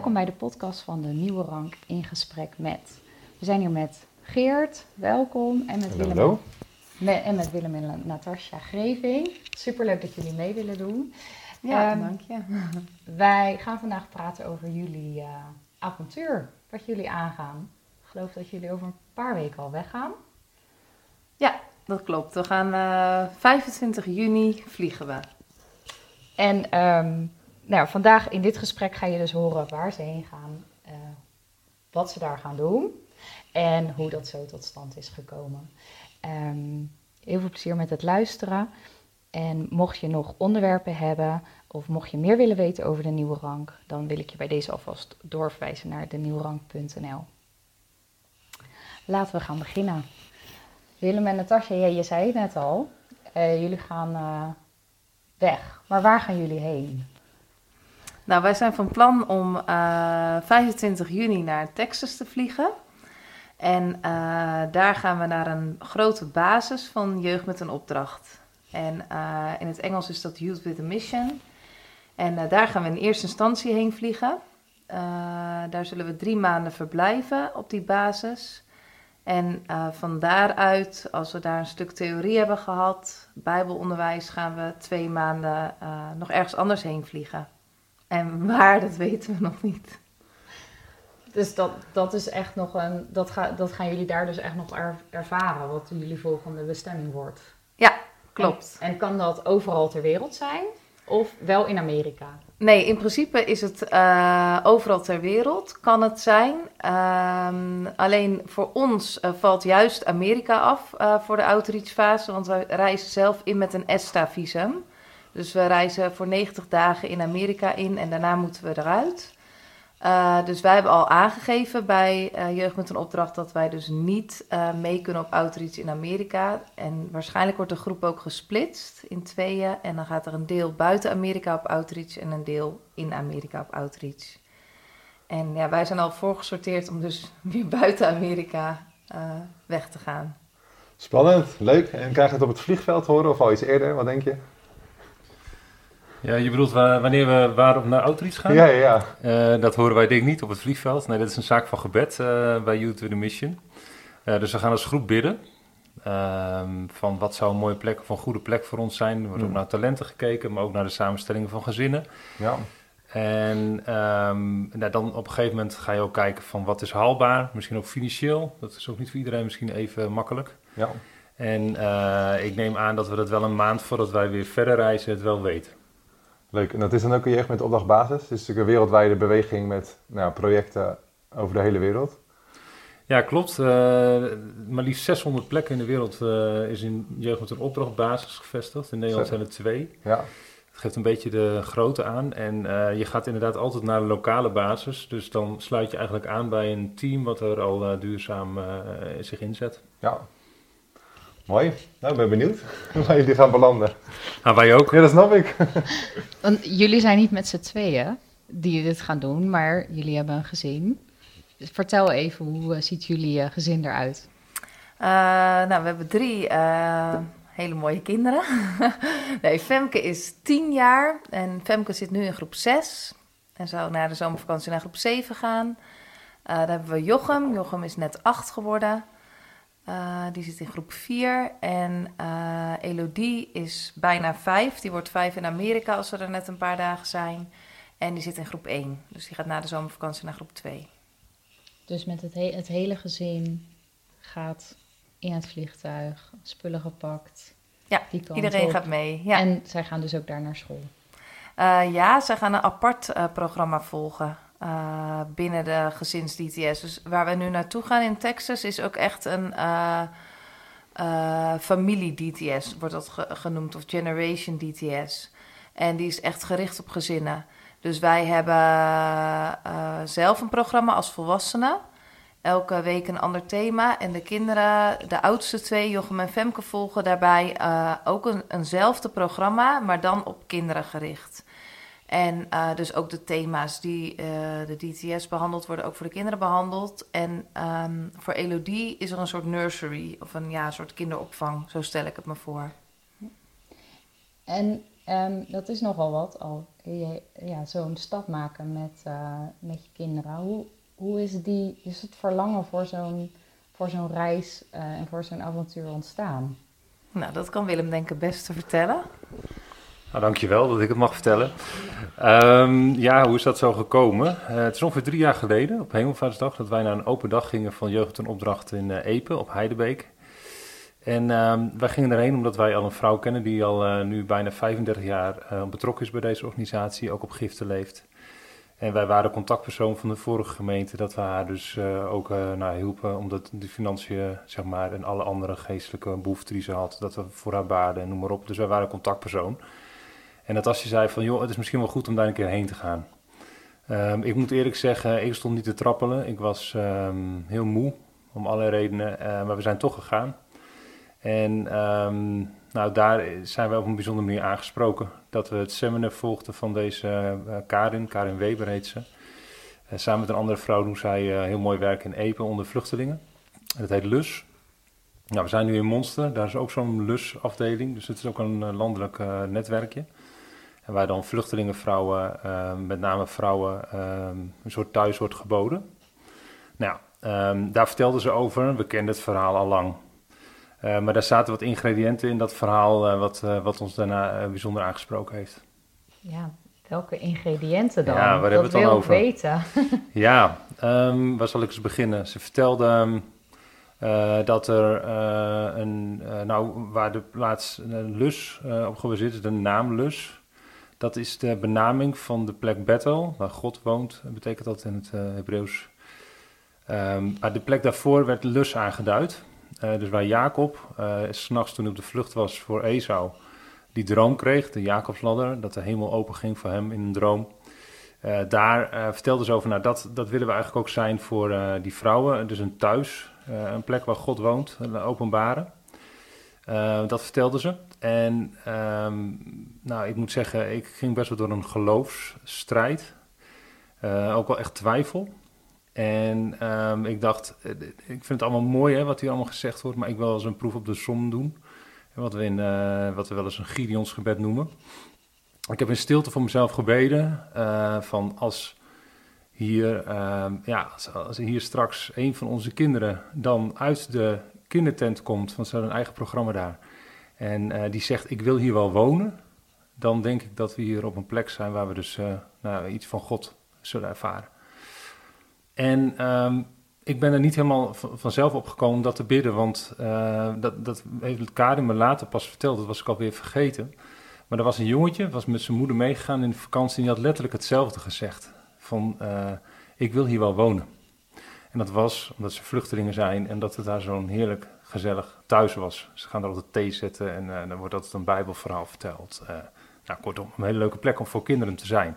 welkom bij de podcast van de Nieuwe Rank in gesprek met. We zijn hier met Geert, welkom, en met Hallo. Willem en Natasja Greving. Superleuk dat jullie mee willen doen. Ja, dank je. Wij gaan vandaag praten over jullie avontuur, wat jullie aangaan. Ik geloof dat jullie over een paar weken al weggaan. Ja, dat klopt. We gaan 25 juni vliegen we. En vandaag in dit gesprek ga je dus horen waar ze heen gaan, wat ze daar gaan doen en hoe dat zo tot stand is gekomen. Heel veel plezier met het luisteren. En mocht je nog onderwerpen hebben of mocht je meer willen weten over de Nieuwe Rank, dan wil ik je bij deze alvast doorverwijzen naar denieuwerank.nl. Laten we gaan beginnen. Willem en Natasja, je zei het net al, jullie gaan weg. Maar waar gaan jullie heen? Nou, wij zijn van plan om 25 juni naar Texas te vliegen. En daar gaan we naar een grote basis van Jeugd met een Opdracht. En in het Engels is dat Youth with a Mission. En daar gaan we in eerste instantie heen vliegen. Daar zullen we 3 maanden verblijven op die basis. En van daaruit, als we daar een stuk theorie hebben gehad, bijbelonderwijs, gaan we 2 maanden nog ergens anders heen vliegen. En waar, dat weten we nog niet. Dus dat is echt nog dat gaan jullie daar dus echt nog ervaren, wat jullie volgende bestemming wordt. Ja, klopt. En kan dat overal ter wereld zijn? Of wel in Amerika? Nee, in principe is het overal ter wereld, kan het zijn. Alleen voor ons valt juist Amerika af voor de outreach-fase, want wij reizen zelf in met een ESTA-visum. Dus we reizen voor 90 dagen in Amerika in en daarna moeten we eruit. Dus wij hebben al aangegeven bij Jeugd met een Opdracht dat wij dus niet mee kunnen op outreach in Amerika. En waarschijnlijk wordt de groep ook gesplitst in 2. En dan gaat er een deel buiten Amerika op outreach en een deel in Amerika op outreach. En ja, wij zijn al voorgesorteerd om dus weer buiten Amerika weg te gaan. Spannend, leuk. En krijg je het op het vliegveld horen of al iets eerder? Wat denk je? Ja, je bedoelt wanneer we waar naar outreach gaan? Ja. Dat horen wij denk ik niet op het vliegveld. Nee, dat is een zaak van gebed bij Youth with a Mission. Dus we gaan als groep bidden. Van wat zou een mooie plek of een goede plek voor ons zijn. Er wordt ook naar talenten gekeken, maar ook naar de samenstellingen van gezinnen. Ja. En dan op een gegeven moment ga je ook kijken van wat is haalbaar. Misschien ook financieel. Dat is ook niet voor iedereen misschien even makkelijk. Ja. En ik neem aan dat we dat wel een maand voordat wij weer verder reizen het wel weten. Leuk. En dat is dan ook een Jeugd met Opdrachtbasis. Het is natuurlijk een wereldwijde beweging met projecten over de hele wereld. Ja, klopt. Maar liefst 600 plekken in de wereld is in Jeugd met een Opdrachtbasis gevestigd. In Nederland zijn er 2. Ja. Het geeft een beetje de grootte aan. En je gaat inderdaad altijd naar een lokale basis. Dus dan sluit je eigenlijk aan bij een team wat er al duurzaam zich inzet. Ja. Mooi. Nou, ik ben benieuwd waar jullie gaan belanden. Nou, wij ook. Ja, dat snap ik. Want jullie zijn niet met z'n tweeën die dit gaan doen, maar jullie hebben een gezin. Dus vertel even, hoe ziet jullie gezin eruit? Nou, we hebben 3 hele mooie kinderen. Nee, Femke is 10 jaar en Femke zit nu in groep 6. En zou na de zomervakantie naar groep 7 gaan. Dan hebben we Jochem. Jochem is net 8 geworden. Die zit in groep 4 en Elodie is bijna 5. Die wordt 5 in Amerika als we er net een paar dagen zijn. En die zit in groep 1. Dus die gaat na de zomervakantie naar groep 2. Dus met het hele gezin gaat in het vliegtuig, spullen gepakt. Ja, iedereen op. gaat mee. Ja. En zij gaan dus ook daar naar school? Ja, zij gaan een apart programma volgen. Binnen de gezins-DTS. Dus waar we nu naartoe gaan in Texas is ook echt een familie-DTS, wordt dat genoemd, of Generation DTS. En die is echt gericht op gezinnen. Dus wij hebben zelf een programma als volwassenen. Elke week een ander thema. En de kinderen, de oudste 2, Jochem en Femke, volgen daarbij ook eenzelfde programma, maar dan op kinderen gericht. En dus ook de thema's die de DTS behandelt, worden ook voor de kinderen behandeld. En voor Elodie is er een soort nursery of een soort kinderopvang, zo stel ik het me voor. En Dat is nogal wat al. Zo'n stap maken met je kinderen. Hoe is het verlangen voor zo'n reis en voor zo'n avontuur ontstaan? Nou, dat kan Willem denk ik het beste vertellen. Nou, dankjewel dat ik het mag vertellen. Hoe is dat zo gekomen? Het is ongeveer 3 jaar geleden, op Hemelvaartsdag, dat wij naar een open dag gingen van Jeugd en Opdracht in Epe, op Heidebeek. En wij gingen erheen omdat wij al een vrouw kennen die al nu bijna 35 jaar betrokken is bij deze organisatie, ook op giften leeft. En wij waren contactpersoon van de vorige gemeente, dat we haar dus ook hielpen, omdat de financiën, zeg maar, en alle andere geestelijke behoeften die ze had, dat we voor haar baden en noem maar op. Dus wij waren contactpersoon. En dat als je zei van, joh, het is misschien wel goed om daar een keer heen te gaan. Ik moet eerlijk zeggen, ik stond niet te trappelen. Ik was heel moe, om allerlei redenen, maar we zijn toch gegaan. En daar zijn wij op een bijzondere manier aangesproken. Dat we het seminar volgden van deze Karin Weber heet ze. Samen met een andere vrouw doen zij heel mooi werk in Epe onder vluchtelingen. Dat heet LUS. Nou, we zijn nu in Monster, daar is ook zo'n LUS-afdeling. Dus het is ook een landelijk netwerkje. En waar dan vluchtelingenvrouwen, met name vrouwen, een soort thuis wordt geboden. Nou, daar vertelden ze over. We kenden het verhaal al lang. Maar daar zaten wat ingrediënten in dat verhaal wat ons daarna bijzonder aangesproken heeft. Ja, welke ingrediënten dan? Ja, waar hebben we het dan over? Weten. Ja, waar zal ik eens beginnen? Ze vertelde dat er waar de plaats Lus op gebaseerd is, de naam Lus. Dat is de benaming van de plek Bethel, waar God woont, betekent dat in het Hebreeuws. Maar de plek daarvoor werd Lus aangeduid. Dus waar Jacob, 's nachts toen hij op de vlucht was voor Esau, die droom kreeg, de Jacobsladder, dat de hemel open ging voor hem in een droom. Daar vertelde ze over, nou dat willen we eigenlijk ook zijn voor die vrouwen. Dus een thuis, een plek waar God woont, een openbare. Dat vertelde ze. En ik moet zeggen, ik ging best wel door een geloofsstrijd. Ook wel echt twijfel. En ik dacht, ik vind het allemaal mooi hè, wat hier allemaal gezegd wordt, maar ik wil wel eens een proef op de som doen. Wat we wel eens een Gideonsgebed noemen. Ik heb in stilte voor mezelf gebeden van als hier straks een van onze kinderen dan uit de kindertent komt, want ze hebben een eigen programma daar. En die zegt, ik wil hier wel wonen. Dan denk ik dat we hier op een plek zijn waar we dus iets van God zullen ervaren. En ik ben er niet helemaal vanzelf op gekomen om dat te bidden, want dat heeft Karin me later pas verteld, dat was ik alweer vergeten. Maar er was een jongetje, was met zijn moeder meegegaan in de vakantie en die had letterlijk hetzelfde gezegd. Van, ik wil hier wel wonen. En dat was omdat ze vluchtelingen zijn en dat het daar zo'n heerlijk gezellig thuis was. Ze gaan er altijd thee zetten en dan wordt altijd een bijbelverhaal verteld. Kortom, een hele leuke plek om voor kinderen te zijn.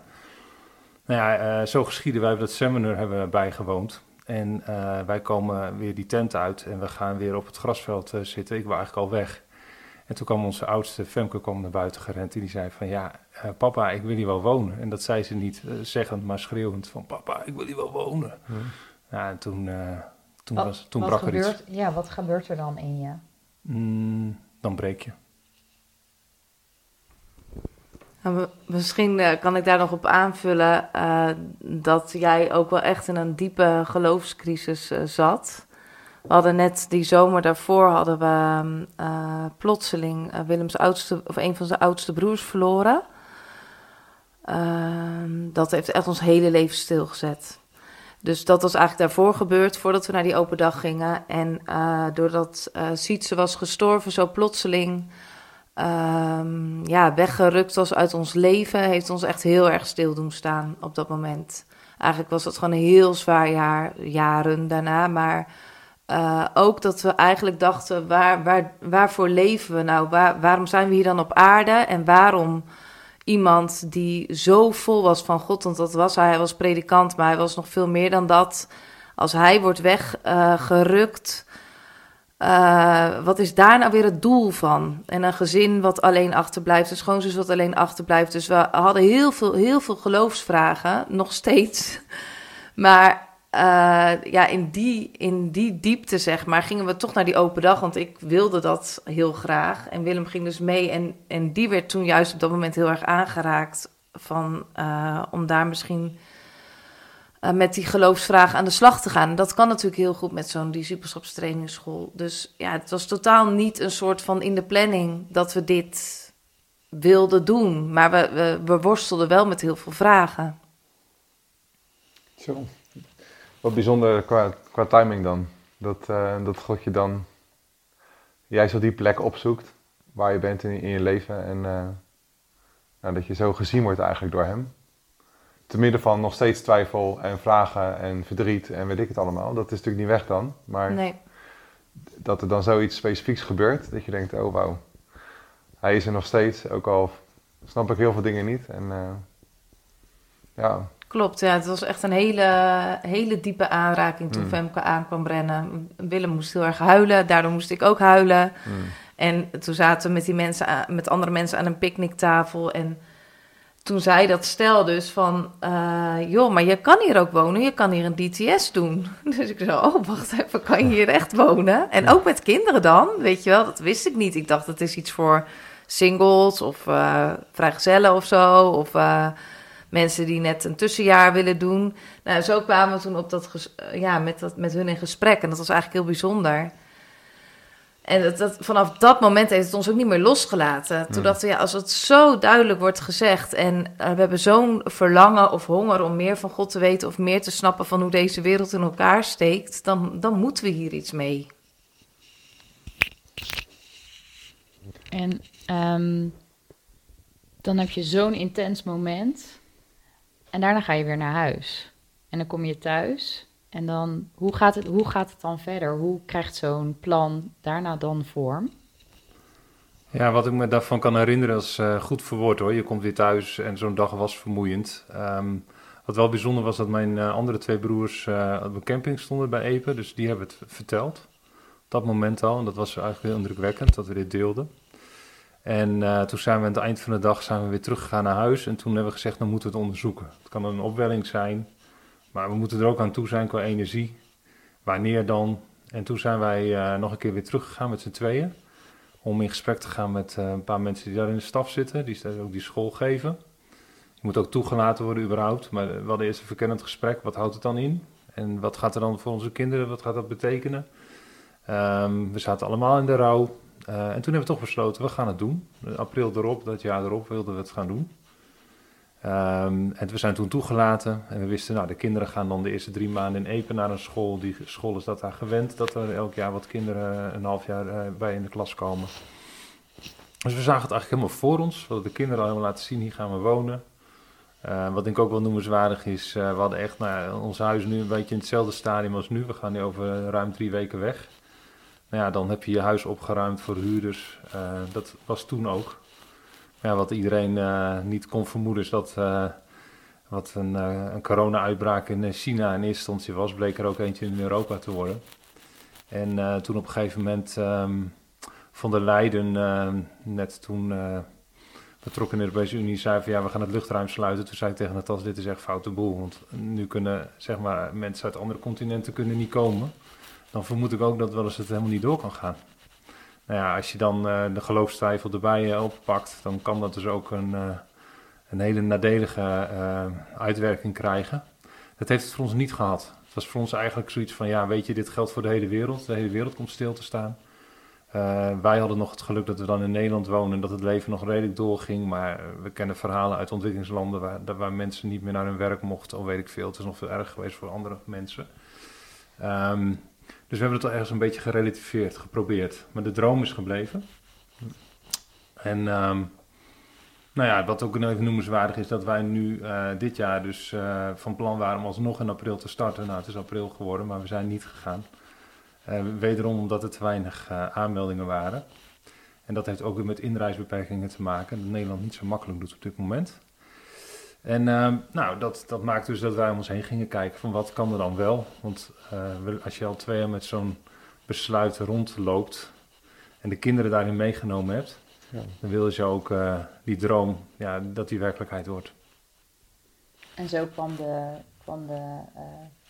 Zo geschieden. Wij hebben dat seminar hebben bijgewoond. En wij komen weer die tent uit en we gaan weer op het grasveld zitten. Ik was eigenlijk al weg. En toen kwam onze oudste, Femke, naar buiten gerend en die zei van papa, ik wil hier wel wonen. En dat zei ze niet zeggend, maar schreeuwend van papa, ik wil hier wel wonen. Ja, en toen brak er iets. Ja, wat gebeurt er dan in je? Dan breek je. Misschien kan ik daar nog op aanvullen dat jij ook wel echt in een diepe geloofscrisis zat. We hadden net die zomer daarvoor plotseling Willems oudste of een van zijn oudste broers verloren. Dat heeft echt ons hele leven stilgezet. Dus dat was eigenlijk daarvoor gebeurd, voordat we naar die open dag gingen. En doordat Sietse was gestorven, zo plotseling weggerukt was uit ons leven, heeft ons echt heel erg stil doen staan op dat moment. Eigenlijk was het gewoon een heel zwaar jaren daarna, maar ook dat we eigenlijk dachten, waarvoor leven we nou? Waarom zijn we hier dan op aarde? En waarom iemand die zo vol was van God, want dat was hij was predikant, maar hij was nog veel meer dan dat. Als hij wordt weggerukt, wat is daar nou weer het doel van? En een gezin wat alleen achterblijft, een schoonzus wat alleen achterblijft. Dus we hadden heel veel geloofsvragen, nog steeds. Maar in die diepte, zeg maar, gingen we toch naar die open dag. Want ik wilde dat heel graag. En Willem ging dus mee. En die werd toen juist op dat moment heel erg aangeraakt om daar misschien met die geloofsvragen aan de slag te gaan. En dat kan natuurlijk heel goed met zo'n discipelschapstrainingsschool. Dus ja, het was totaal niet een soort van in de planning dat we dit wilden doen. Maar we worstelden wel met heel veel vragen. Zo. Wat bijzonder qua timing dan. Dat God je dan juist op die plek opzoekt waar je bent in je leven. En dat je zo gezien wordt eigenlijk door hem. Te midden van nog steeds twijfel en vragen en verdriet en weet ik het allemaal. Dat is natuurlijk niet weg dan. Maar Nee. dat er dan zoiets specifieks gebeurt. Dat je denkt, oh wauw. Hij is er nog steeds. Ook al snap ik heel veel dingen niet. En ja... Klopt, ja. Het was echt een hele diepe aanraking toen Femke aankwam rennen. Willem moest heel erg huilen, daardoor moest ik ook huilen. En toen zaten we met andere mensen aan een picknicktafel. En toen zei dat stel dus van... joh, maar je kan hier ook wonen, je kan hier een DTS doen. Dus ik zei, oh, wacht even, kan je hier echt wonen? En ook met kinderen dan, weet je wel, dat wist ik niet. Ik dacht, dat is iets voor singles of vrijgezellen of zo, of... mensen die net een tussenjaar willen doen. Nou, zo kwamen we toen op met hun in gesprek. En dat was eigenlijk heel bijzonder. En vanaf dat moment heeft het ons ook niet meer losgelaten. Toen dachten we, als het zo duidelijk wordt gezegd... en we hebben zo'n verlangen of honger om meer van God te weten... of meer te snappen van hoe deze wereld in elkaar steekt... dan moeten we hier iets mee. En dan heb je zo'n intens moment... En daarna ga je weer naar huis. En dan kom je thuis. En dan, hoe gaat het dan verder? Hoe krijgt zo'n plan daarna dan vorm? Ja, wat ik me daarvan kan herinneren is goed verwoord hoor. Je komt weer thuis en zo'n dag was vermoeiend. Wat wel bijzonder was dat mijn andere 2 broers op een camping stonden bij Epe. Dus die hebben het verteld. Op dat moment al. En dat was eigenlijk heel indrukwekkend dat we dit deelden. En toen zijn we aan het eind van de dag weer teruggegaan naar huis. En toen hebben we gezegd, dan moeten we het onderzoeken. Het kan een opwelling zijn, maar we moeten er ook aan toe zijn qua energie. Wanneer dan? En toen zijn wij nog een keer weer teruggegaan met z'n tweeën. Om in gesprek te gaan met een paar mensen die daar in de staf zitten. Die ook die school geven. Je moet ook toegelaten worden überhaupt. Maar we hadden eerst een verkennend gesprek. Wat houdt het dan in? En wat gaat er dan voor onze kinderen? Wat gaat dat betekenen? We zaten allemaal in de rouw. En toen hebben we toch besloten, we gaan het doen. April erop, dat jaar erop, wilden we het gaan doen. En we zijn toen toegelaten. En we wisten, de kinderen gaan dan de eerste 3 maanden in Epe naar een school. Die school is dat daar gewend, dat er elk jaar wat kinderen een half jaar bij in de klas komen. Dus we zagen het eigenlijk helemaal voor ons. We hadden de kinderen al helemaal laten zien, hier gaan we wonen. Wat denk ik ook wel noemenswaardig is, we hadden echt ons huis nu een beetje in hetzelfde stadium als nu. We gaan nu over ruim 3 weken weg. Nou ja, dan heb je je huis opgeruimd voor huurders. Dat was toen ook. Ja, wat iedereen niet kon vermoeden is dat wat een corona-uitbraak in China in eerste instantie was, bleek er ook eentje in Europa te worden. En toen op een gegeven moment von der Leyen, net toen betrokken in de Europese Unie, zei van we gaan het luchtruim sluiten. Toen zei ik tegen Natas, dit is echt foute boel. Want nu kunnen mensen uit andere continenten kunnen niet komen. Dan vermoed ik ook dat wel eens het helemaal niet door kan gaan. Nou ja, als je dan de geloofstwijfel erbij oppakt, dan kan dat dus ook een hele nadelige uitwerking krijgen. Dat heeft het voor ons niet gehad. Het was voor ons eigenlijk zoiets van, weet je, dit geldt voor de hele wereld. De hele wereld komt stil te staan. Wij hadden nog het geluk dat we dan in Nederland wonen en dat het leven nog redelijk doorging. Maar we kennen verhalen uit ontwikkelingslanden waar mensen niet meer naar hun werk mochten. Of weet ik veel, het is nog veel erger geweest voor andere mensen. Dus we hebben het al ergens een beetje gerelativeerd, geprobeerd. Maar de droom is gebleven. En wat ook even noemenswaardig is, dat wij nu dit jaar dus van plan waren om alsnog in april te starten. Nou, het is april geworden, maar we zijn niet gegaan. Wederom omdat er te weinig aanmeldingen waren. En dat heeft ook weer met inreisbeperkingen te maken. Dat Nederland niet zo makkelijk doet op dit moment. En dat maakt dus dat wij om ons heen gingen kijken van wat kan er dan wel. Want als je al 2 jaar met zo'n besluit rondloopt en de kinderen daarin meegenomen hebt, dan wil je ook die droom, dat die werkelijkheid wordt. En zo kwam de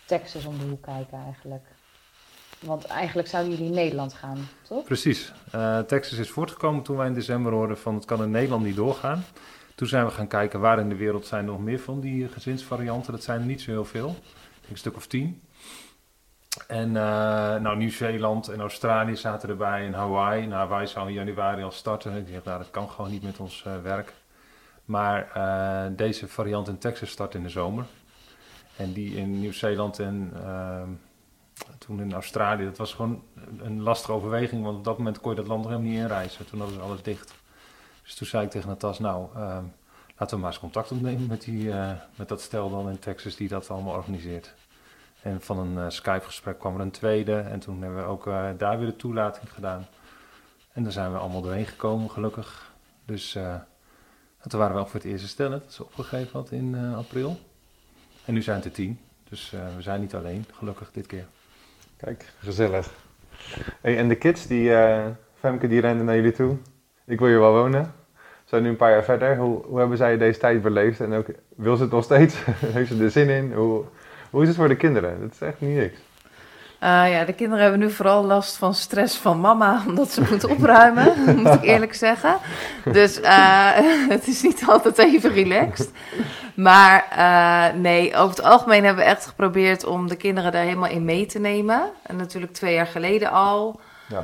Texas om de hoek kijken eigenlijk. Want eigenlijk zouden jullie in Nederland gaan, toch? Precies. Texas is voortgekomen toen wij in december hoorden van het kan in Nederland niet doorgaan. Toen zijn we gaan kijken waar in de wereld zijn er nog meer van die gezinsvarianten. Dat zijn er niet zo heel veel. Ik denk een stuk of 10. En Nieuw-Zeeland en Australië zaten erbij en Hawaii. Nou, Hawaii zou in januari al starten. Ik dacht, nou, dat kan gewoon niet met ons werk. Maar deze variant in Texas start in de zomer. En die in Nieuw-Zeeland en toen in Australië, dat was gewoon een lastige overweging. Want op dat moment kon je dat land nog helemaal niet inreizen. Toen hadden ze alles dicht. Dus toen zei ik tegen Natas, laten we maar eens contact opnemen met dat stel dan in Texas die dat allemaal organiseert. En van een Skype-gesprek kwam er een tweede. En toen hebben we ook daar weer de toelating gedaan. En daar zijn we allemaal doorheen gekomen, gelukkig. Dus toen waren we ook voor het eerste stel, dat ze opgegeven had in april. En nu zijn het er 10. Dus we zijn niet alleen, gelukkig dit keer. Kijk, gezellig. Hey, en de kids, Femke die renden naar jullie toe. Ik wil hier wel wonen. We zijn nu een paar jaar verder. Hoe hebben zij deze tijd beleefd? En ook, wil ze het nog steeds? Heeft ze er zin in? Hoe is het voor de kinderen? Dat is echt niet niks. De kinderen hebben nu vooral last van stress van mama, omdat ze moeten opruimen, moet ik eerlijk zeggen. Dus het is niet altijd even relaxed. Maar nee, over het algemeen hebben we echt geprobeerd om de kinderen daar helemaal in mee te nemen. En natuurlijk 2 jaar geleden al.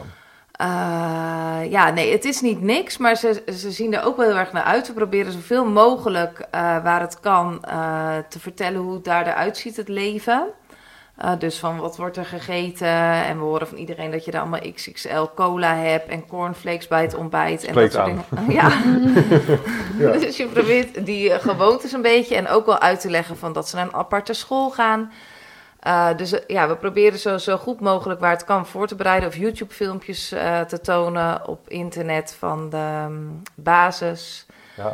Ja. Nee, het is niet niks, maar ze zien er ook wel heel erg naar uit. We proberen zoveel mogelijk, waar het kan, te vertellen hoe het daar eruit ziet, het leven. Dus van wat wordt er gegeten en we horen van iedereen dat je daar allemaal XXL cola hebt en cornflakes bij het ontbijt. En dat soort dingen. Ja. Ja. Dus je probeert die gewoontes een beetje en ook wel uit te leggen van dat ze naar een aparte school gaan. Dus we proberen zo goed mogelijk waar het kan voor te bereiden of YouTube filmpjes te tonen op internet van de basis.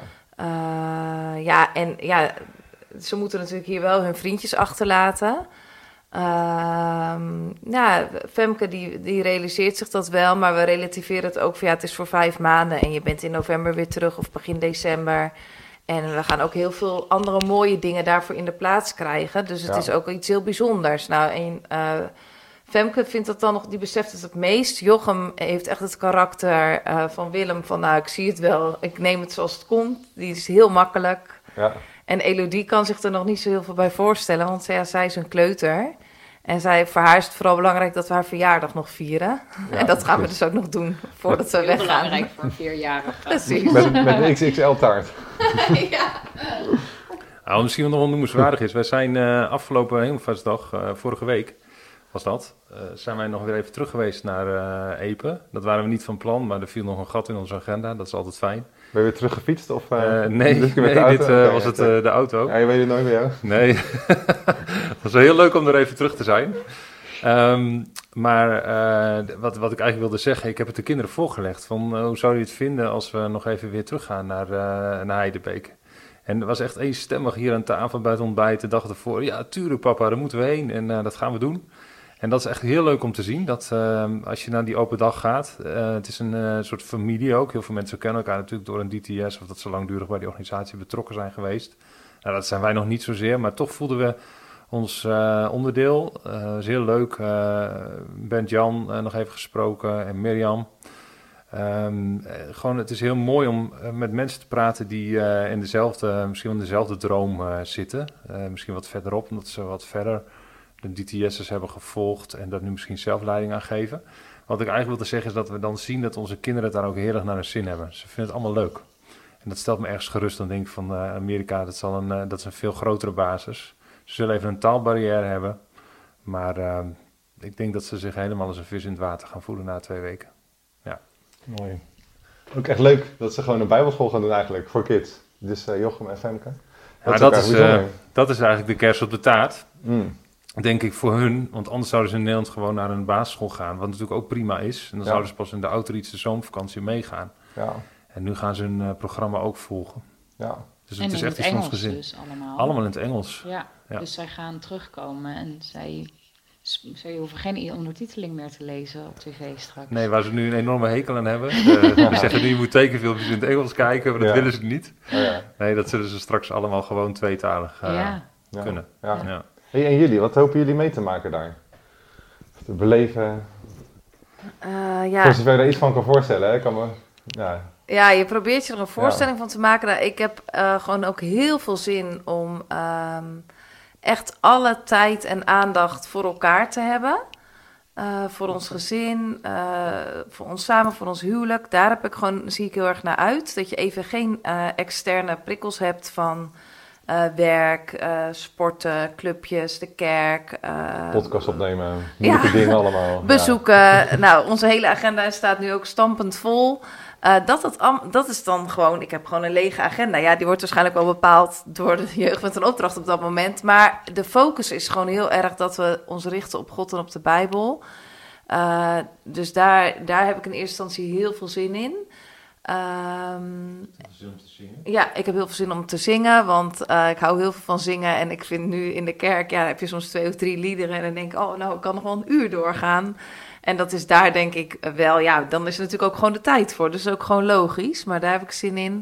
Ja. Ze moeten natuurlijk hier wel hun vriendjes achterlaten. Femke die realiseert zich dat wel, maar we relativeren het ook van het is voor 5 maanden en je bent in november weer terug of begin december. En we gaan ook heel veel andere mooie dingen daarvoor in de plaats krijgen. Dus het is ook iets heel bijzonders. Femke vindt dat dan nog, die beseft het meest. Jochem heeft echt het karakter van Willem van ik zie het wel, ik neem het zoals het komt. Die is heel makkelijk. Ja. En Elodie kan zich er nog niet zo heel veel bij voorstellen, want zij is een kleuter. En voor haar is het vooral belangrijk dat we haar verjaardag nog vieren. Ja, en dat gaan we dus ook nog doen voordat we weggaan. Belangrijk voor een 4-jarige. Precies. Met een XXL-taart. Ja. Misschien wat nog wel noemenswaardig is. Wij zijn afgelopen Hemelvaartsdag, vorige week was dat, zijn wij nog weer even terug geweest naar Epe. Dat waren we niet van plan, maar er viel nog een gat in onze agenda. Dat is altijd fijn. Ben je weer terug gefietst? Of, nee, dit was de auto. Ja, je weet het nooit meer, jou? Nee, het was wel heel leuk om er even terug te zijn. Wat ik eigenlijk wilde zeggen, ik heb het de kinderen voorgelegd. Van, hoe zou je het vinden als we nog even weer teruggaan naar Heidebeek? En er was echt eenstemmig hier aan tafel bij het ontbijt de dag ervoor. Ja, tuurlijk papa, daar moeten we heen en dat gaan we doen. En dat is echt heel leuk om te zien, dat als je naar die open dag gaat, het is een soort familie ook. Heel veel mensen kennen elkaar natuurlijk door een DTS of dat ze langdurig bij die organisatie betrokken zijn geweest. Nou, dat zijn wij nog niet zozeer, maar toch voelden we ons onderdeel. Dat is heel leuk. Bent-Jan nog even gesproken en Mirjam. Gewoon, het is heel mooi om met mensen te praten die misschien in dezelfde droom zitten. Misschien wat verderop, omdat ze wat verder de DTS'ers hebben gevolgd en dat nu misschien zelf leiding aan geven. Wat ik eigenlijk wilde zeggen is dat we dan zien dat onze kinderen het daar ook heel erg naar hun zin hebben. Ze vinden het allemaal leuk. En dat stelt me ergens gerust. Dan denk ik van Amerika, dat is een veel grotere basis. Ze zullen even een taalbarrière hebben. Maar ik denk dat ze zich helemaal als een vis in het water gaan voelen na 2 weken. Ja. Mooi. Ook echt leuk dat ze gewoon een bijbelschool gaan doen eigenlijk, voor kids. Dus Jochem en Femke. Dat is eigenlijk de kers op de taart. Mm. Denk ik voor hun, want anders zouden ze in Nederland gewoon naar een basisschool gaan. Wat natuurlijk ook prima is. En dan zouden ze pas in de outreach de zomervakantie meegaan. Ja. En nu gaan ze hun programma ook volgen. Ja. Dus het is echt iets van ons gezin. Dus allemaal in het Engels. Ja, dus zij gaan terugkomen en zij hoeven geen ondertiteling meer te lezen op tv straks. Nee, waar ze nu een enorme hekel aan hebben. Die zeggen nu, je moet tekenfilmpjes in het Engels kijken, maar dat willen ze niet. Oh, ja. Nee, dat zullen ze straks allemaal gewoon tweetalig kunnen. Ja. Hey, en jullie, wat hopen jullie mee te maken daar? Te beleven? Voor zover je er iets van kan voorstellen, hè? Ja, je probeert je er een voorstelling van te maken. Nou, ik heb gewoon ook heel veel zin om echt alle tijd en aandacht voor elkaar te hebben. Voor ons gezin, voor ons samen, voor ons huwelijk. Daar zie ik heel erg naar uit. Dat je even geen externe prikkels hebt van werk, sporten, clubjes, de kerk. Podcast opnemen, moeilijke dingen allemaal. Bezoeken. Ja. Nou, onze hele agenda staat nu ook stampend vol. Dat is dan gewoon, ik heb gewoon een lege agenda. Ja, die wordt waarschijnlijk wel bepaald door de jeugd met een opdracht op dat moment. Maar de focus is gewoon heel erg dat we ons richten op God en op de Bijbel. Dus daar heb ik in eerste instantie heel veel zin in. Zin om te zingen? Ja, ik heb heel veel zin om te zingen, want ik hou heel veel van zingen. En ik vind nu in de kerk, heb je soms 2 of 3 liederen en dan denk ik, ik kan nog wel een uur doorgaan. En dat is daar denk ik wel, dan is er natuurlijk ook gewoon de tijd voor. Dus ook gewoon logisch, maar daar heb ik zin in.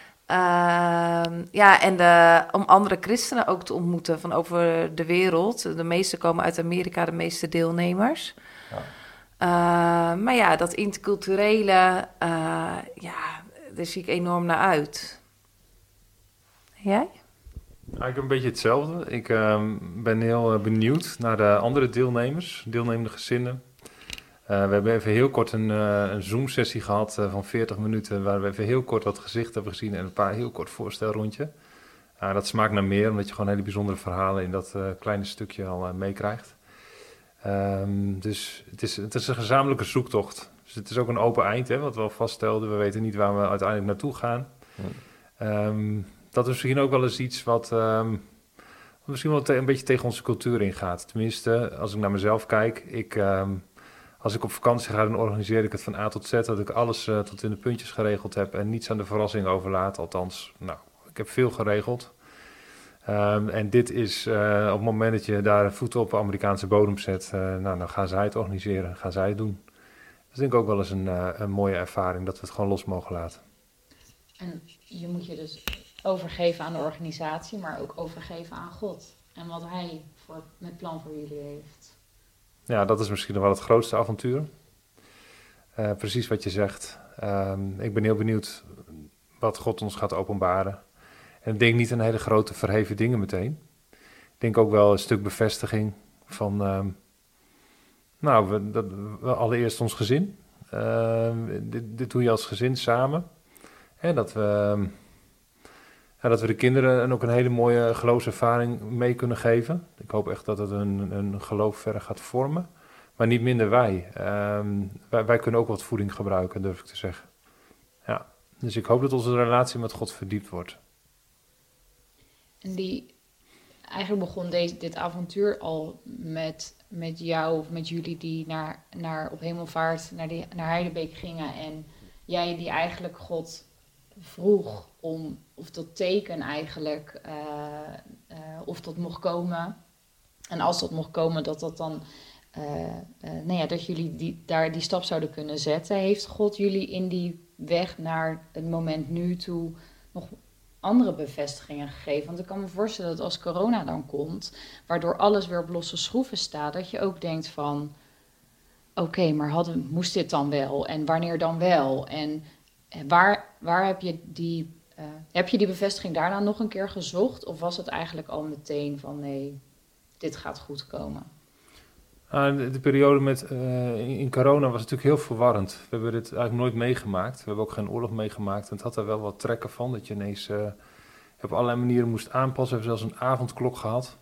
Om andere christenen ook te ontmoeten van over de wereld. De meeste komen uit Amerika, de meeste deelnemers. Ja. Maar dat interculturele, daar zie ik enorm naar uit. Jij? Ik heb een beetje hetzelfde. Ik ben heel benieuwd naar de andere deelnemende gezinnen. We hebben even heel kort een Zoom-sessie gehad van 40 minuten... waar we even heel kort wat gezicht hebben gezien en een paar heel kort voorstelrondje. Dat smaakt naar meer, omdat je gewoon hele bijzondere verhalen in dat kleine stukje al meekrijgt. Dus het is een gezamenlijke zoektocht. Dus het is ook een open eind, hè, wat we al vaststelden. We weten niet waar we uiteindelijk naartoe gaan. Dat is misschien ook wel eens iets wat misschien wel een beetje tegen onze cultuur ingaat. Tenminste, als ik naar mezelf kijk. Als ik op vakantie ga, dan organiseer ik het van A tot Z... dat ik alles tot in de puntjes geregeld heb... en niets aan de verrassing overlaat. Althans, ik heb veel geregeld. En dit is op het moment dat je daar voeten op Amerikaanse bodem zet... dan gaan zij het organiseren, gaan zij het doen. Dat is denk ik ook wel eens een mooie ervaring... dat we het gewoon los mogen laten. En je moet je dus overgeven aan de organisatie... maar ook overgeven aan God. En wat hij met plan voor jullie heeft. Ja, dat is misschien nog wel het grootste avontuur. Precies wat je zegt. Ik ben heel benieuwd wat God ons gaat openbaren. En ik denk niet aan hele grote verheven dingen meteen. Ik denk ook wel een stuk bevestiging van... allereerst ons gezin. Dit doe je als gezin samen. En dat we de kinderen ook een hele mooie geloofservaring mee kunnen geven. Ik hoop echt dat het een geloof verder gaat vormen. Maar niet minder wij. Wij kunnen ook wat voeding gebruiken, durf ik te zeggen. Ja. Dus ik hoop dat onze relatie met God verdiept wordt. En eigenlijk begon dit avontuur al met jou of met jullie die naar op hemelvaart, naar Heidebeek gingen. En jij die eigenlijk God vroeg om, of dat teken eigenlijk, of dat mocht komen. En als dat mocht komen, dat dan, dat jullie die stap zouden kunnen zetten. Heeft God jullie in die weg naar het moment nu toe nog andere bevestigingen gegeven? Want ik kan me voorstellen dat als corona dan komt, waardoor alles weer op losse schroeven staat, dat je ook denkt van, oké, maar moest dit dan wel? En wanneer dan wel? En waar heb je die bevestiging daarna nog een keer gezocht? Of was het eigenlijk al meteen van, nee, dit gaat goed komen? De periode in corona was natuurlijk heel verwarrend. We hebben dit eigenlijk nooit meegemaakt. We hebben ook geen oorlog meegemaakt. En het had er wel wat trekken van, dat je ineens op allerlei manieren moest aanpassen. We hebben zelfs een avondklok gehad.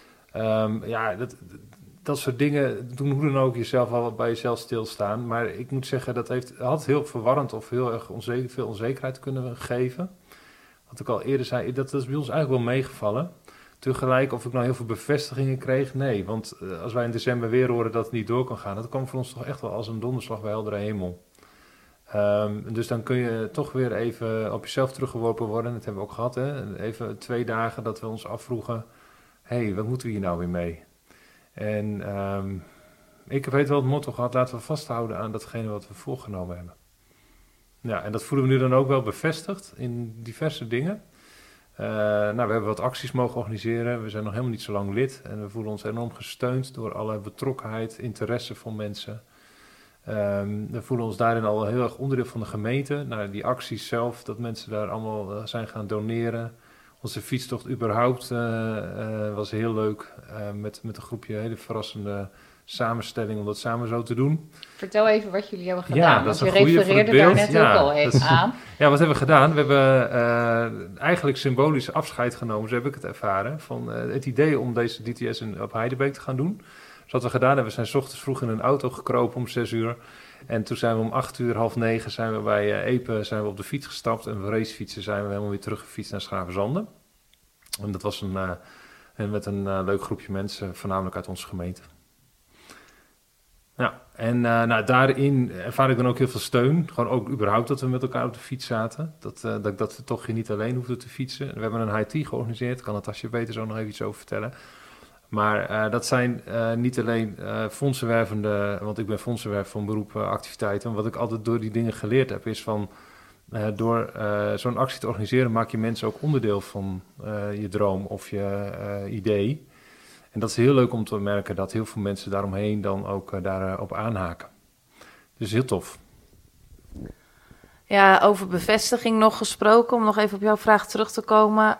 Dat soort dingen doen hoe dan ook jezelf wel bij jezelf stilstaan. Maar ik moet zeggen, dat had heel verwarrend of heel erg veel onzekerheid kunnen geven. Wat ik al eerder zei, dat is bij ons eigenlijk wel meegevallen. Tegelijk, of ik nou heel veel bevestigingen kreeg, nee. Want als wij in december weer horen dat het niet door kan gaan, dat kwam voor ons toch echt wel als een donderslag bij heldere hemel. Dus dan kun je toch weer even op jezelf teruggeworpen worden. Dat hebben we ook gehad, hè. Even 2 dagen dat we ons afvroegen, wat moeten we hier nou weer mee? En ik heb wel het motto gehad, laten we vasthouden aan datgene wat we voorgenomen hebben. Ja, en dat voelen we nu dan ook wel bevestigd in diverse dingen. We hebben wat acties mogen organiseren. We zijn nog helemaal niet zo lang lid. En we voelen ons enorm gesteund door alle betrokkenheid, interesse van mensen. We voelen ons daarin al heel erg onderdeel van de gemeente. Nou, die acties zelf, dat mensen daar allemaal zijn gaan doneren. Onze fietstocht überhaupt was heel leuk. Met een groepje hele verrassende samenstelling om dat samen zo te doen. Vertel even wat jullie hebben gedaan. Ja, dat want is je een goeie refereerde voor het daar beeld. net ook Ja, al dat even is- aan. Ja, wat hebben we gedaan? We hebben eigenlijk symbolisch afscheid genomen, zo heb ik het ervaren, van het idee om deze DTS op Heidebeek te gaan doen. Dus wat we gedaan hebben, we zijn 's ochtends vroeg in een auto gekropen om 6 uur. En toen zijn we om 8 uur, half 9 zijn we bij Epe zijn we op de fiets gestapt. En we racefietsen zijn we helemaal weer teruggefietst naar Schravenzande. En dat was met een leuk groepje mensen, voornamelijk uit onze gemeente. Ja, en daarin ervaar ik dan ook heel veel steun. Gewoon ook überhaupt dat we met elkaar op de fiets zaten. Dat we toch niet alleen hoefden te fietsen. We hebben een high tea georganiseerd. Kan Natasja beter zo nog even iets over vertellen. Maar dat zijn niet alleen fondsenwervende, want ik ben fondsenwerver van beroep, activiteiten. Wat ik altijd door die dingen geleerd heb, is van door zo'n actie te organiseren maak je mensen ook onderdeel van je droom of je idee. En dat is heel leuk om te merken dat heel veel mensen daaromheen dan ook daarop aanhaken. Dus heel tof. Ja, over bevestiging nog gesproken, om nog even op jouw vraag terug te komen.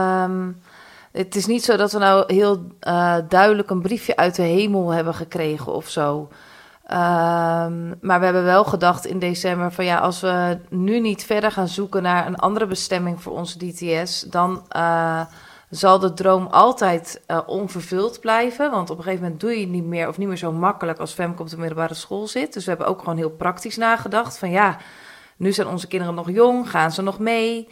Het is niet zo dat we nou heel duidelijk een briefje uit de hemel hebben gekregen of zo. Maar we hebben wel gedacht in december van ja, als we nu niet verder gaan zoeken naar een andere bestemming voor onze DTS, dan zal de droom altijd onvervuld blijven. Want op een gegeven moment doe je het niet meer of niet meer zo makkelijk als Femke op de middelbare school zit. Dus we hebben ook gewoon heel praktisch nagedacht van ja, nu zijn onze kinderen nog jong, gaan ze nog mee?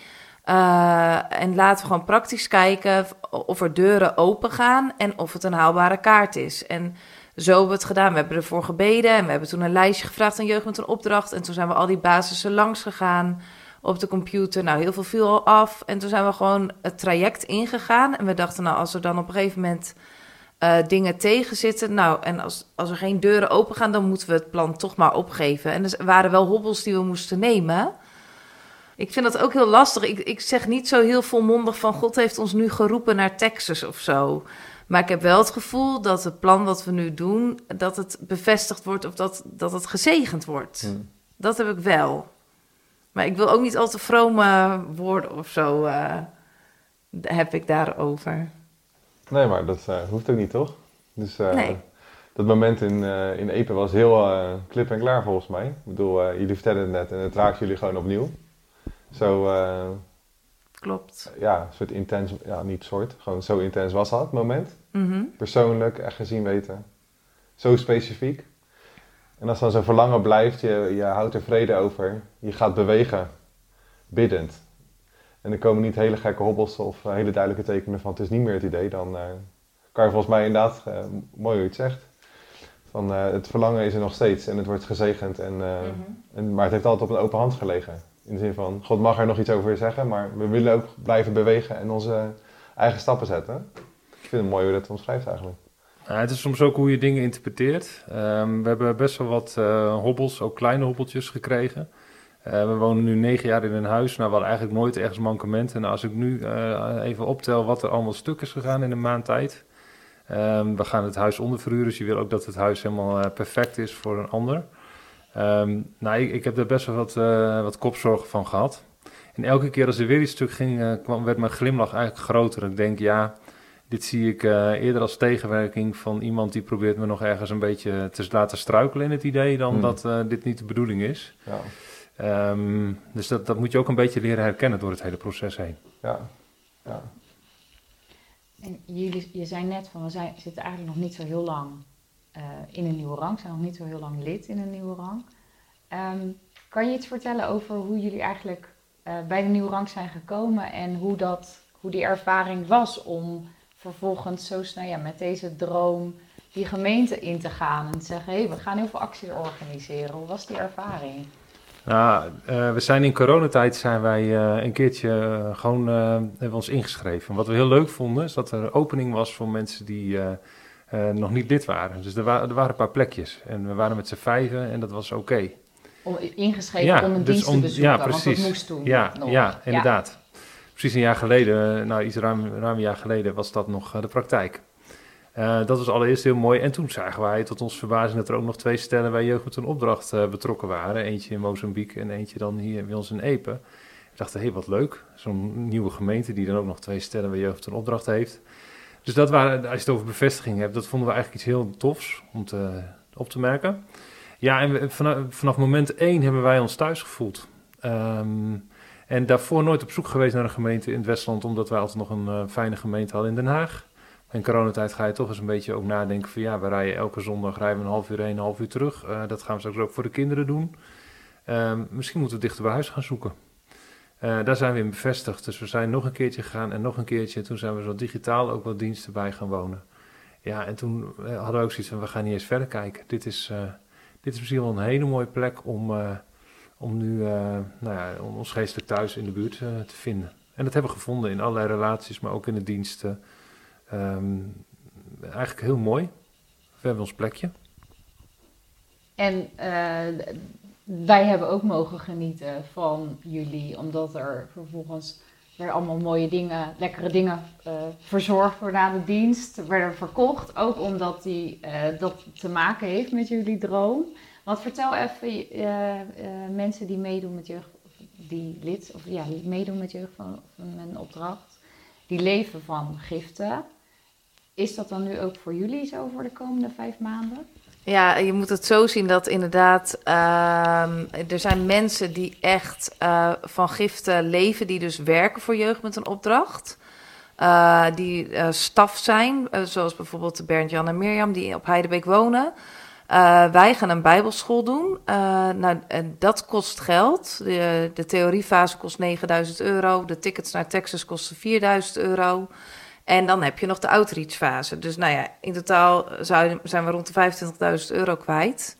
En laten we gewoon praktisch kijken of er deuren open gaan en of het een haalbare kaart is. En zo hebben we het gedaan. We hebben ervoor gebeden en we hebben toen een lijstje gevraagd aan Jeugd met een opdracht. En toen zijn we al die basissen langs gegaan op de computer. Nou, heel veel viel al af. En toen zijn we gewoon het traject ingegaan. En we dachten, nou, als er dan op een gegeven moment dingen tegenzitten, nou, en als er geen deuren open gaan, dan moeten we het plan toch maar opgeven. En er waren wel hobbels die we moesten nemen. Ik vind dat ook heel lastig. Ik zeg niet zo heel volmondig van God heeft ons nu geroepen naar Texas of zo. Maar ik heb wel het gevoel dat het plan wat we nu doen, dat het bevestigd wordt of dat het gezegend wordt. Dat heb ik wel. Maar ik wil ook niet al te vrome woorden of zo heb ik daarover. Nee, maar dat hoeft ook niet, toch? Dus Nee. dat moment in Epe was heel klip en klaar volgens mij. Ik bedoel, jullie vertelden het net en het raakt jullie gewoon opnieuw. Zo, Klopt. ja, een soort intens, ja, niet soort, gewoon zo intens was dat moment. Mhm. Persoonlijk, echt gezien weten. Zo specifiek. En als dan zo'n verlangen blijft, je houdt er vrede over, je gaat bewegen, biddend. En er komen niet hele gekke hobbels of hele duidelijke tekenen van het is niet meer het idee, dan kan je volgens mij inderdaad, mooi hoe je het zegt, van het verlangen is er nog steeds en het wordt gezegend, maar het heeft altijd op een open hand gelegen. In de zin van, God mag er nog iets over zeggen, maar we willen ook blijven bewegen en onze eigen stappen zetten. Ik vind het mooi hoe je dat omschrijft eigenlijk. Het is soms ook hoe je dingen interpreteert. We hebben best wel wat hobbels, ook kleine hobbeltjes gekregen. We wonen nu 9 jaar in een huis. Nou, we hadden eigenlijk nooit ergens mankementen. En als ik nu even optel wat er allemaal stuk is gegaan in een maand tijd. We gaan het huis onderverhuren, dus je wil ook dat het huis helemaal perfect is voor een ander. Ik heb daar best wel wat kopzorgen van gehad. En elke keer als er weer iets stuk ging, werd mijn glimlach eigenlijk groter. Ik denk, ja, dit zie ik eerder als tegenwerking van iemand die probeert me nog ergens een beetje te laten struikelen in het idee, dan dat dit niet de bedoeling is. Ja. Dus dat moet je ook een beetje leren herkennen door het hele proces heen. Ja. Ja. En je zei net van, we zitten eigenlijk nog niet zo heel lang in een nieuwe rang, zijn nog niet zo heel lang lid in een nieuwe rang. Kan je iets vertellen over hoe jullie eigenlijk bij de nieuwe rang zijn gekomen en hoe die ervaring was om vervolgens zo snel met deze droom die gemeente in te gaan en te zeggen, we gaan heel veel acties organiseren. Hoe was die ervaring? Nou, we zijn in coronatijd zijn wij een keertje hebben we ons ingeschreven. Wat we heel leuk vonden is dat er opening was voor mensen die nog niet lid waren. Dus er waren een paar plekjes en we waren met z'n 5 en dat was oké. Ingeschreven om een dienst te bezoeken, ja, precies. want dat moest toen nog. Ja, inderdaad. precies een jaar geleden, iets ruim een jaar geleden, was dat nog de praktijk. Dat was allereerst heel mooi. En toen zagen wij tot onze verbazing dat er ook nog 2 stellen bij Jeugd met een Opdracht betrokken waren. Eentje in Mozambique en eentje dan hier bij ons in Epe. Ik dacht, hé, wat leuk. Zo'n nieuwe gemeente die dan ook nog 2 stellen bij Jeugd met een Opdracht heeft. Dus dat waren, als je het over bevestiging hebt, dat vonden we eigenlijk iets heel tofs om op te merken. Ja, en vanaf moment 1 hebben wij ons thuis gevoeld. En daarvoor nooit op zoek geweest naar een gemeente in het Westland, omdat wij altijd nog een fijne gemeente hadden in Den Haag. In coronatijd ga je toch eens een beetje ook nadenken van ja, we rijden elke zondag rijden we een half uur heen, een half uur terug. Dat gaan we straks ook voor de kinderen doen. Misschien moeten we dichter bij huis gaan zoeken. Daar zijn we in bevestigd. Dus we zijn nog een keertje gegaan en nog een keertje. Toen zijn we zo digitaal ook wat diensten bij gaan wonen. Ja, en toen hadden we ook zoiets van we gaan niet eens verder kijken. Dit is misschien wel een hele mooie plek om nu om ons geestelijk thuis in de buurt te vinden. En dat hebben we gevonden in allerlei relaties, maar ook in de diensten. Eigenlijk heel mooi. We hebben ons plekje. En wij hebben ook mogen genieten van jullie, omdat er vervolgens weer allemaal mooie dingen, lekkere dingen verzorgd worden na de dienst, werden verkocht. Ook omdat dat te maken heeft met jullie droom. Want vertel even mensen die meedoen met jeugd, die meedoen met Jeugd van een Opdracht, die leven van giften. Is dat dan nu ook voor jullie zo voor de komende 5 maanden? Ja, je moet het zo zien dat inderdaad er zijn mensen die echt van giften leven, die dus werken voor Jeugd met een Opdracht. Die staf zijn, zoals bijvoorbeeld Bernd, Jan en Mirjam, die op Heidebeek wonen. Wij gaan een bijbelschool doen. Dat kost geld. De theoriefase kost €9.000. De tickets naar Texas kosten €4.000. En dan heb je nog de outreachfase. Dus in totaal zijn we rond de €25.000 kwijt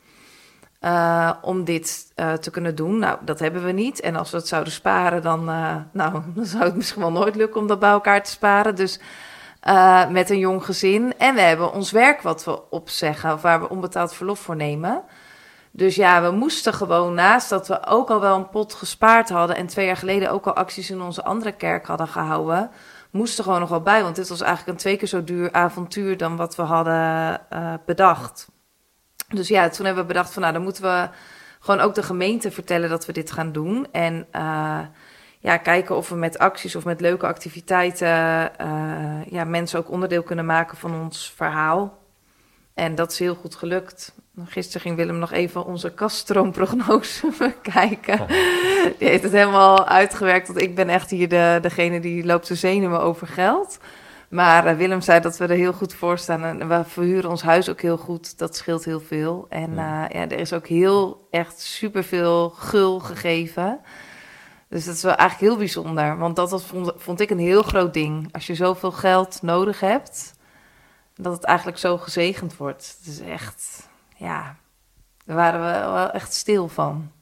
om dit te kunnen doen. Nou, dat hebben we niet. En als we het zouden sparen, dan zou het misschien wel nooit lukken om dat bij elkaar te sparen. Dus met een jong gezin. En we hebben ons werk wat we opzeggen, of waar we onbetaald verlof voor nemen. Dus ja, we moesten gewoon, naast dat we ook al wel een pot gespaard hadden en 2 jaar geleden ook al acties in onze andere kerk hadden gehouden, moesten gewoon nog wel bij. Want dit was eigenlijk een 2 keer zo duur avontuur dan wat we hadden bedacht. Dus ja, toen hebben we bedacht van dan moeten we gewoon ook de gemeente vertellen dat we dit gaan doen. En kijken of we met acties of met leuke activiteiten mensen ook onderdeel kunnen maken van ons verhaal. En dat is heel goed gelukt. Gisteren ging Willem nog even onze kaststroomprognose bekijken. Die heeft het helemaal uitgewerkt, want ik ben echt hier degene die loopt te zenuwen over geld. Maar Willem zei dat we er heel goed voor staan en we verhuren ons huis ook heel goed. Dat scheelt heel veel. En er is ook echt superveel gul gegeven. Dus dat is wel eigenlijk heel bijzonder, want dat vond ik een heel groot ding. Als je zoveel geld nodig hebt, dat het eigenlijk zo gezegend wordt. Het is echt, daar waren we wel echt stil van.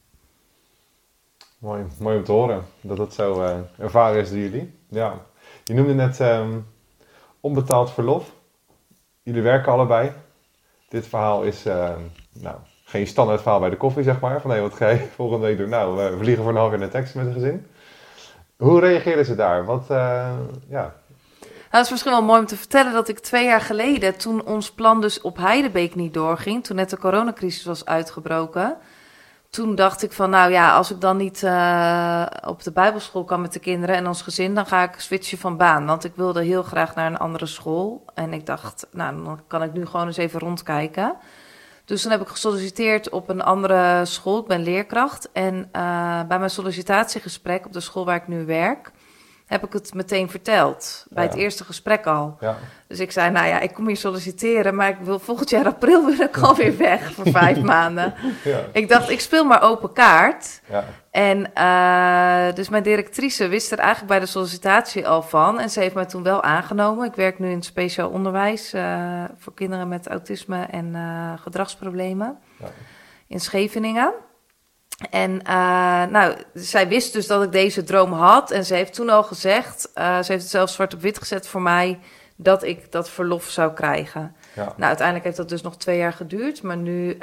Mooi om te horen dat het zo ervaren is door jullie. Ja. Je noemde net onbetaald verlof. Jullie werken allebei. Dit verhaal is geen standaard verhaal bij de koffie, zeg maar. Van wat ga je volgende week doen? Nou, we vliegen voor een half jaar naar Texas met een gezin. Hoe reageerden ze daar? Het is misschien wel mooi om te vertellen dat ik 2 jaar geleden, toen ons plan dus op Heidebeek niet doorging, toen net de coronacrisis was uitgebroken, toen dacht ik van als ik dan niet op de bijbelschool kan met de kinderen en ons gezin, dan ga ik switchen van baan. Want ik wilde heel graag naar een andere school. En ik dacht, dan kan ik nu gewoon eens even rondkijken. Dus toen heb ik gesolliciteerd op een andere school. Ik ben leerkracht. En bij mijn sollicitatiegesprek op de school waar ik nu werk, heb ik het meteen verteld. Bij het eerste gesprek al. Ja. Dus ik zei, ik kom hier solliciteren, maar ik wil volgend jaar april wil ik alweer weg voor 5 maanden. Ja. Ik dacht, ik speel maar open kaart. Ja. En dus mijn directrice wist er eigenlijk bij de sollicitatie al van. En ze heeft mij toen wel aangenomen. Ik werk nu in het speciaal onderwijs voor kinderen met autisme en gedragsproblemen in Scheveningen. En zij wist dus dat ik deze droom had. En ze heeft toen al gezegd, ze heeft het zelfs zwart op wit gezet voor mij, dat ik dat verlof zou krijgen. Ja. Nou, uiteindelijk heeft dat dus nog 2 jaar geduurd. Maar nu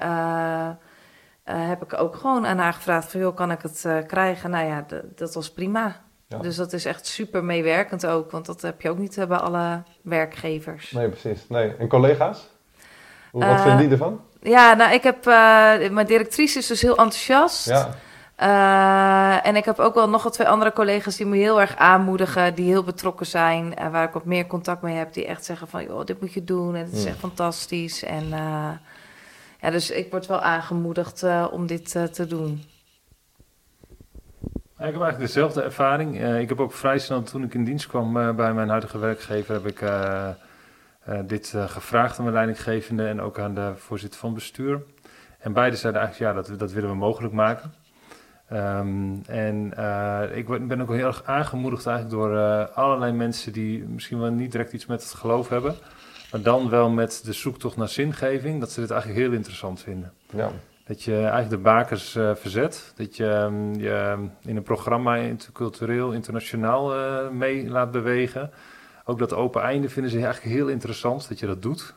heb ik ook gewoon aan haar gevraagd van, joh, kan ik het krijgen? Nou ja, dat was prima. Ja. Dus dat is echt super meewerkend ook, want dat heb je ook niet bij alle werkgevers. Nee, precies. Nee. En collega's? Wat vinden die ervan? Ja, nou, ik heb... mijn directrice is dus heel enthousiast. Ja. En ik heb ook wel nog 2 andere collega's die me heel erg aanmoedigen, die heel betrokken zijn, waar ik wat meer contact mee heb, die echt zeggen van, joh, dit moet je doen en het is echt fantastisch. En ja, dus ik word wel aangemoedigd om dit te doen. Ja, ik heb eigenlijk dezelfde ervaring. Ik heb ook vrij snel, toen ik in dienst kwam bij mijn huidige werkgever, heb ik dit gevraagd aan mijn leidinggevende en ook aan de voorzitter van bestuur. En beide zeiden eigenlijk, ja, dat willen we mogelijk maken. Ik ben ook heel erg aangemoedigd eigenlijk door allerlei mensen die misschien wel niet direct iets met het geloof hebben, maar dan wel met de zoektocht naar zingeving, dat ze dit eigenlijk heel interessant vinden. Ja. Dat je eigenlijk de bakers verzet, dat je je in een programma intercultureel, internationaal mee laat bewegen. Ook dat open einde vinden ze eigenlijk heel interessant, dat je dat doet.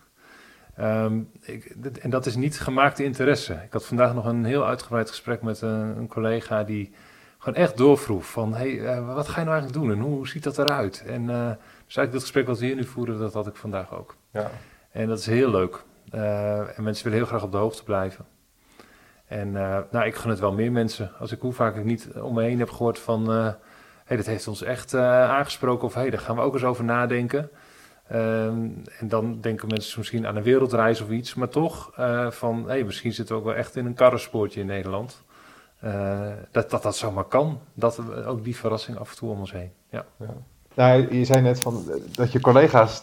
En dat is niet gemaakte interesse. Ik had vandaag nog een heel uitgebreid gesprek met een collega die gewoon echt doorvroeg van, wat ga je nou eigenlijk doen en hoe ziet dat eruit? En dus eigenlijk dat gesprek wat we hier nu voeren, dat had ik vandaag ook. Ja. En dat is heel leuk. En mensen willen heel graag op de hoogte blijven. En nou, ik gun het wel meer mensen. Hoe vaak ik niet om me heen heb gehoord van, dat heeft ons echt aangesproken of daar gaan we ook eens over nadenken. En dan denken mensen misschien aan een wereldreis of iets, maar toch van, misschien zitten we ook wel echt in een karrenspoortje in Nederland. Dat zomaar kan. Dat ook die verrassing af en toe om ons heen. Ja. Ja. Nou, je zei net dat je collega's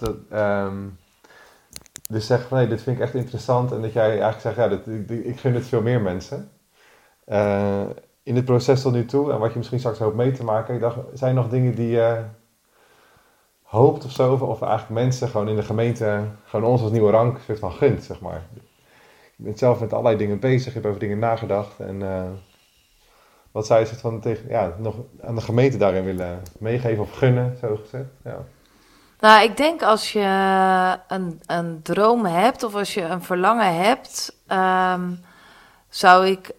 dus zeggen van, dit vind ik echt interessant en dat jij eigenlijk zegt, ik gun het veel meer mensen. In het proces tot nu toe en wat je misschien straks hoopt mee te maken, zijn er nog dingen die je hoopt of zo, of eigenlijk mensen gewoon in de gemeente, gewoon ons als nieuwe rank soort van gunt, zeg maar. Je bent zelf met allerlei dingen bezig, je hebt over dingen nagedacht en wat zou je soort van nog aan de gemeente daarin willen meegeven of gunnen, zo gezegd? Ja. Nou, ik denk als je een droom hebt of als je een verlangen hebt, zou ik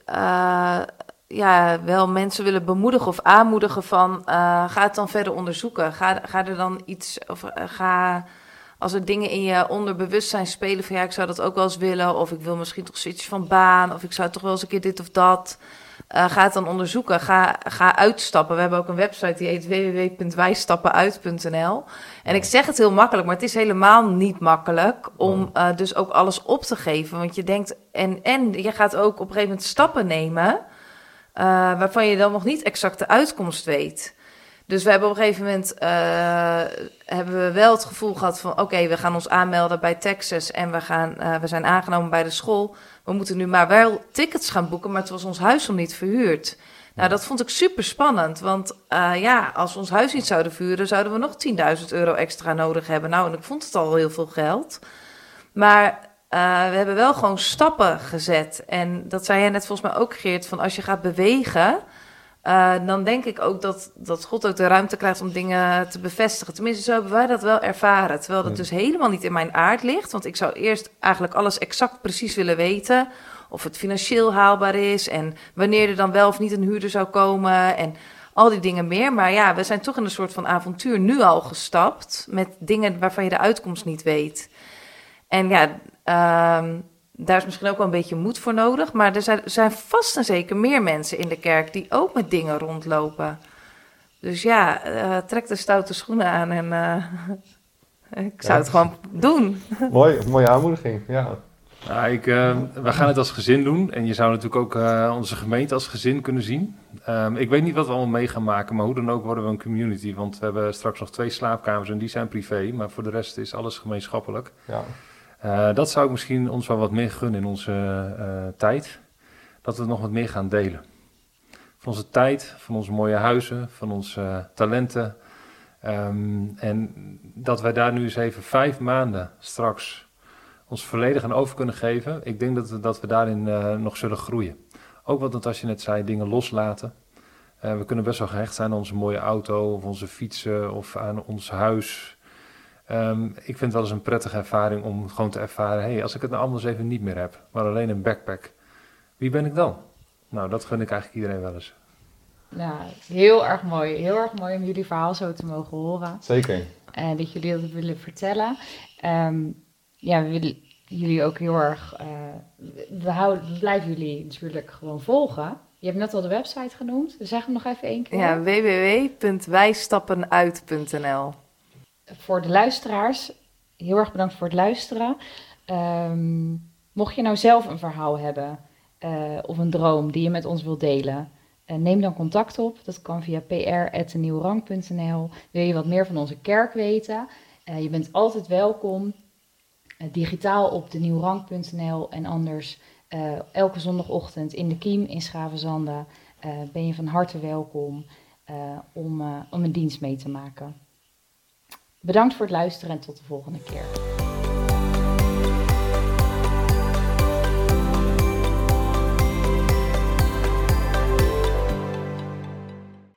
wel mensen willen bemoedigen of aanmoedigen van, ga het dan verder onderzoeken. Ga er dan iets, of als er dingen in je onderbewustzijn spelen van, ik zou dat ook wel eens willen, of ik wil misschien toch zoiets van baan, of ik zou toch wel eens een keer dit of dat. Ga het dan onderzoeken. Ga uitstappen. We hebben ook een website die heet www.wijstappenuit.nl. En ik zeg het heel makkelijk, maar het is helemaal niet makkelijk om dus ook alles op te geven. Want je denkt, en je gaat ook op een gegeven moment stappen nemen, waarvan je dan nog niet exact de uitkomst weet. Dus we hebben op een gegeven moment hebben we wel het gevoel gehad van, oké, we gaan ons aanmelden bij Texas en we zijn aangenomen bij de school. We moeten nu maar wel tickets gaan boeken, maar het was ons huis nog niet verhuurd. Nou, dat vond ik super spannend, want als we ons huis niet zouden verhuren, zouden we nog €10.000 extra nodig hebben. Nou, en ik vond het al heel veel geld. Maar we hebben wel gewoon stappen gezet. En dat zei jij net volgens mij ook, Geert, van als je gaat bewegen, dan denk ik ook dat God ook de ruimte krijgt om dingen te bevestigen. Tenminste, zo hebben wij dat wel ervaren. Terwijl dat dus helemaal niet in mijn aard ligt. Want ik zou eerst eigenlijk alles exact precies willen weten. Of het financieel haalbaar is. En wanneer er dan wel of niet een huurder zou komen. En al die dingen meer. Maar we zijn toch in een soort van avontuur nu al gestapt. Met dingen waarvan je de uitkomst niet weet. En daar is misschien ook wel een beetje moed voor nodig. Maar er zijn vast en zeker meer mensen in de kerk die ook met dingen rondlopen. Dus trek de stoute schoenen aan en ik zou het gewoon doen. Mooie aanmoediging, ja. We gaan het als gezin doen. En je zou natuurlijk ook onze gemeente als gezin kunnen zien. Ik weet niet wat we allemaal mee gaan maken, maar hoe dan ook worden we een community. Want we hebben straks nog 2 slaapkamers en die zijn privé. Maar voor de rest is alles gemeenschappelijk. Ja. Dat zou ik misschien ons wel wat meer gunnen in onze tijd. Dat we nog wat meer gaan delen. Van onze tijd, van onze mooie huizen, van onze talenten. En dat wij daar nu eens even 5 maanden straks ons volledig aan over kunnen geven. Ik denk dat we daarin nog zullen groeien. Ook wat als je net zei, dingen loslaten. We kunnen best wel gehecht zijn aan onze mooie auto of onze fietsen of aan ons huis. Ik vind het wel eens een prettige ervaring om gewoon te ervaren, als ik het nou anders even niet meer heb, maar alleen een backpack, wie ben ik dan? Nou, dat gun ik eigenlijk iedereen wel eens. Nou, heel erg mooi. Heel erg mooi om jullie verhaal zo te mogen horen. Zeker. En dat jullie dat willen vertellen. We willen jullie ook heel erg... we blijven jullie natuurlijk gewoon volgen. Je hebt net al de website genoemd. Dus zeg hem nog even 1 keer. Ja, www.wijstappenuit.nl. Voor de luisteraars, heel erg bedankt voor het luisteren. Mocht je nou zelf een verhaal hebben of een droom die je met ons wilt delen... neem dan contact op. Dat kan via pr@denieuwrang.nl. Wil je wat meer van onze kerk weten? Je bent altijd welkom. Digitaal op denieuwrang.nl en anders elke zondagochtend in de Kiem in Schavenzande ben je van harte welkom om een dienst mee te maken. Bedankt voor het luisteren en tot de volgende keer.